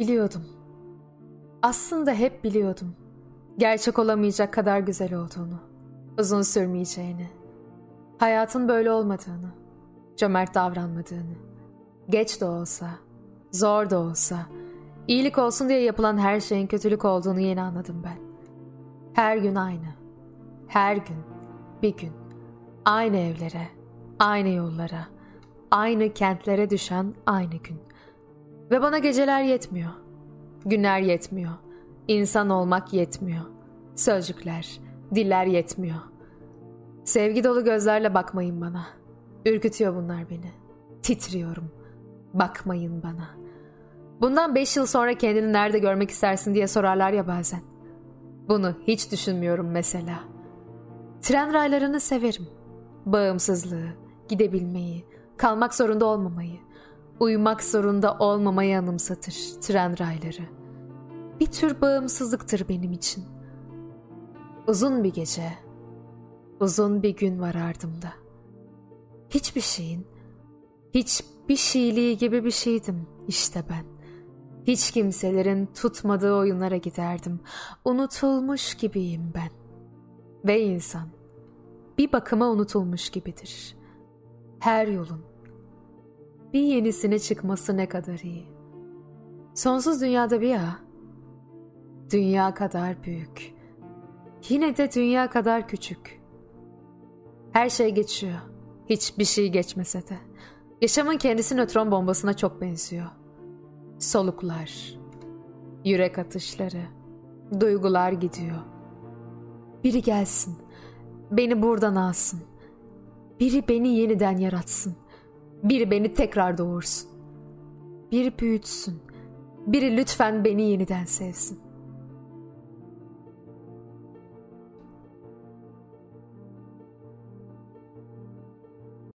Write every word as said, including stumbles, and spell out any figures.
Biliyordum. Aslında hep biliyordum. Gerçek olamayacak kadar güzel olduğunu. Uzun sürmeyeceğini. Hayatın böyle olmadığını. Cömert davranmadığını. Geç de olsa, zor da olsa, iyilik olsun diye yapılan her şeyin kötülük olduğunu yeni anladım ben. Her gün aynı. Her gün, bir gün. Aynı evlere, aynı yollara, aynı kentlere düşen aynı gün. Ve bana geceler yetmiyor. Günler yetmiyor. İnsan olmak yetmiyor. Sözcükler, diller yetmiyor. Sevgi dolu gözlerle bakmayın bana. Ürkütüyor bunlar beni. Titriyorum. Bakmayın bana. Bundan beş yıl sonra kendini nerede görmek istersin diye sorarlar ya bazen. Bunu hiç düşünmüyorum mesela. Tren raylarını severim. Bağımsızlığı, gidebilmeyi, kalmak zorunda olmamayı, uyumak zorunda olmamayı anımsatır tren rayları. Bir tür bağımsızlıktır benim için. Uzun bir gece, uzun bir gün var ardımda. Hiçbir şeyin, hiçbir şeyliği gibi bir şeydim işte ben. Hiç kimselerin tutmadığı oyunlara giderdim. Unutulmuş gibiyim ben. Ve insan bir bakıma unutulmuş gibidir. Her yolun bir yenisine çıkması ne kadar iyi. Sonsuz dünyada bir ağ. Dünya kadar büyük. Yine de dünya kadar küçük. Her şey geçiyor. Hiçbir şey geçmese de. Yaşamın kendisi nötron bombasına çok benziyor. Soluklar, yürek atışları, duygular gidiyor. Biri gelsin, beni buradan alsın. Biri beni yeniden yaratsın. Biri beni tekrar doğursun. Biri büyütsün. Biri lütfen beni yeniden sevsin.